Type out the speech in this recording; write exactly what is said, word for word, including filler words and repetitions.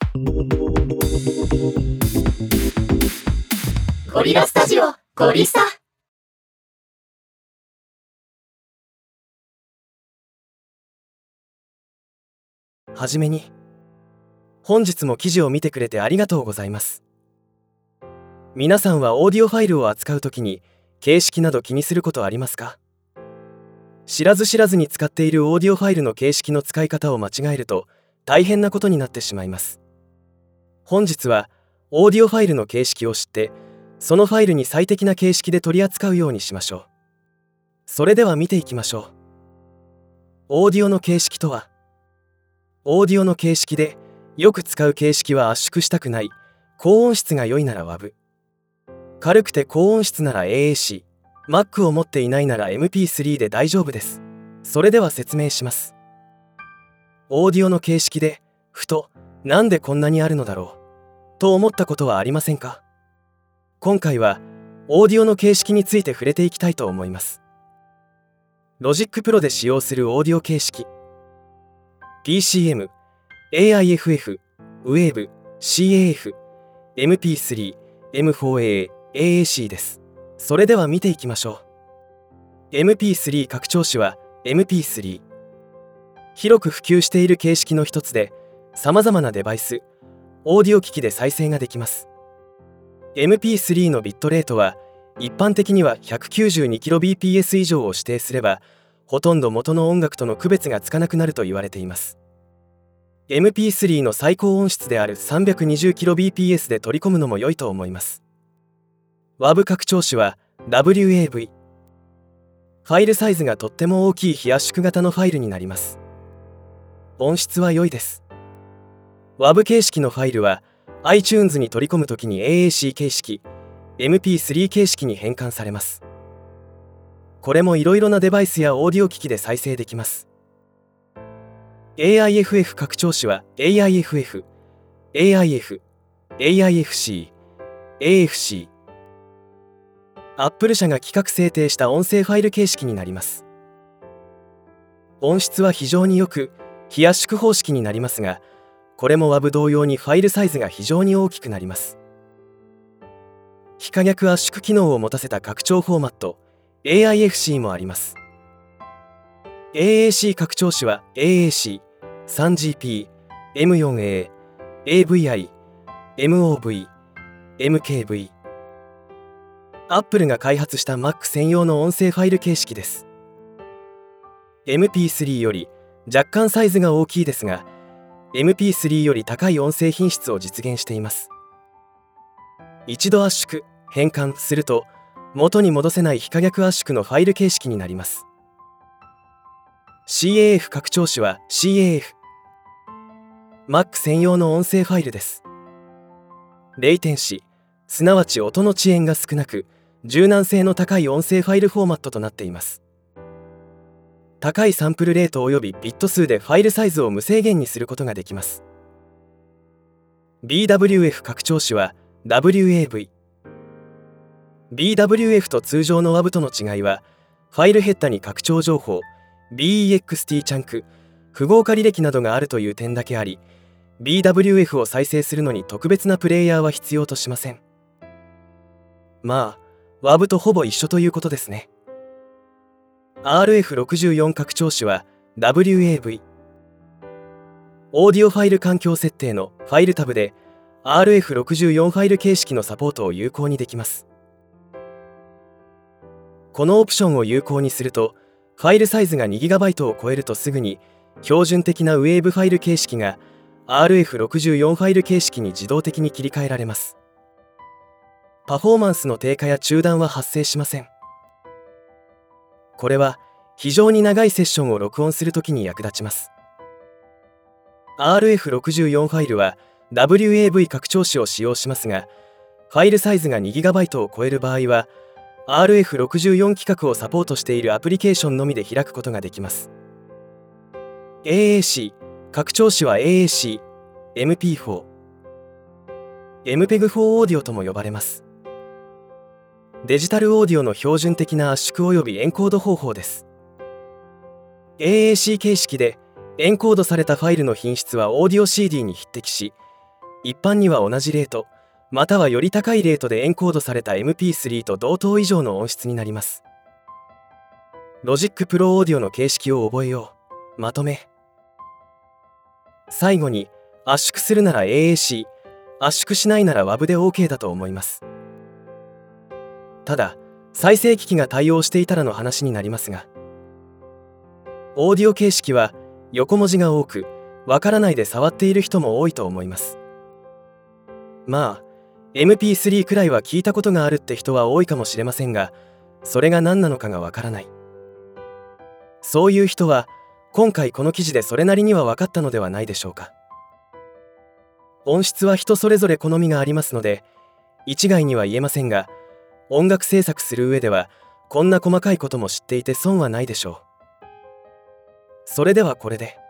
ゴリラスタジオゴリスタ。 はじめに、本日も記事を見てくれてありがとうございます。皆さんはオーディオファイルを扱うときに形式など気にすることありますか？知らず知らずに使っているオーディオファイルの形式の使い方を間違えると大変なことになってしまいます。本日はオーディオファイルの形式を知って、そのファイルに最適な形式で取り扱うようにしましょう。それでは見ていきましょう。オーディオの形式とは、オーディオの形式でよく使う形式は圧縮したくない、高音質が良いなら ダブリュー。軽くて高音質なら エーエーシー、Mac を持っていないなら エムピースリー で大丈夫です。それでは説明します。オーディオの形式で、ふと、なんでこんなにあるのだろう、と思ったことはありませんか？今回は、オーディオの形式について触れていきたいと思います。Logic Pro で使用するオーディオ形式。ピーシーエム、エーアイエフエフ、ウェーブ、シーエーエフ、エムピースリー、エムフォーエー、エーエーシー です。それでは見ていきましょう。エムピースリー 拡張子は エムピースリー。広く普及している形式の一つで、さまざまなデバイス、オーディオ機器で再生ができます。エムピースリー のビットレートは、一般的には ひゃくきゅうじゅうにキロビーピーエス 以上を指定すれば、ほとんど元の音楽との区別がつかなくなると言われています。エムピースリー の最高音質である さんびゃくにじゅうキロビーピーエス で取り込むのも良いと思います。ダブリュー 拡張子は ダブリューエーブイ。ファイルサイズがとっても大きい非圧縮型のファイルになります。音質は良いです。ダブリュー 形式のファイルは iTunes に取り込むときに エーエーシー 形式、エムピースリー 形式に変換されます。これもいろいろなデバイスやオーディオ機器で再生できます。エーアイエフエフ 拡張子は エーアイエフエフ、エーアイエフ、エーアイエフシー、エーエフシー。Apple 社が規格制定した音声ファイル形式になります。音質は非常に良く、非圧縮方式になりますが、これも ダブリュー 同様にファイルサイズが非常に大きくなります。非可逆圧縮機能を持たせた拡張フォーマット、エーアイエフシー もあります。エーエーシー 拡張子は エーエーシー、スリージーピー、エムフォーエー、エーブイアイ、エムオーブイ、エムケーブイ。Apple が開発した Mac 専用の音声ファイル形式です。エムピースリー より若干サイズが大きいですが、エムピースリー より高い音声品質を実現しています。一度圧縮、変換すると、元に戻せない非可逆圧縮のファイル形式になります。シーエーエフ 拡張子は シーエーエフ。Mac 専用の音声ファイルです。レイテンシ、すなわち音の遅延が少なく、柔軟性の高い音声ファイルフォーマットとなっています。高いサンプルレートおよびビット数でファイルサイズを無制限にすることができます。ビーダブリューエフ 拡張子は ダブリューエーブイ。ビーダブリューエフ と通常の ダブリュー との違いは、ファイルヘッダに拡張情報、ビーイーエックスティー チャンク、符号化履歴などがあるという点だけあり、ビーダブリューエフ を再生するのに特別なプレイヤーは必要としません。まあ、ダブリュー とほぼ一緒ということですね。アールエフろくじゅうよん 拡張子は ダブリューエーブイ。オーディオファイル環境設定のファイルタブで アールエフろくじゅうよん ファイル形式のサポートを有効にできます。このオプションを有効にすると、ファイルサイズが にギガバイト を超えるとすぐに標準的なウェーブファイル形式が アールエフろくじゅうよん ファイル形式に自動的に切り替えられます。パフォーマンスの低下や中断は発生しません。これは非常に長いセッションを録音するときに役立ちます。アールエフろくじゅうよん ファイルは ダブリューエーブイ 拡張子を使用しますが、ファイルサイズが にギガバイト を超える場合は アールエフろくじゅうよん 規格をサポートしているアプリケーションのみで開くことができます。エーエーシー 拡張子は エーエーシー、エムピーフォー、エムペグフォー オーディオとも呼ばれます。デジタルオーディオの標準的な圧縮およびエンコード方法です。エーエーシー 形式でエンコードされたファイルの品質はオーディオ シーディー に匹敵し、 一般には同じレートまたはより高いレートでエンコードされた エムピースリー と同等以上の音質になります。ロジックプロオーディオの形式を覚えよう。まとめ。最後に、圧縮するなら エーエーシー、圧縮しないなら ダブリュー で OK だと思います。ただ、再生機器が対応していたらの話になりますが、オーディオ形式は横文字が多く、わからないで触っている人も多いと思います。まあ、エムピースリー くらいは聞いたことがあるって人は多いかもしれませんが、それが何なのかがわからない。そういう人は、今回この記事でそれなりには分かったのではないでしょうか。音質は人それぞれ好みがありますので、一概には言えませんが、音楽制作する上では、こんな細かいことも知っていて損はないでしょう。それではこれで。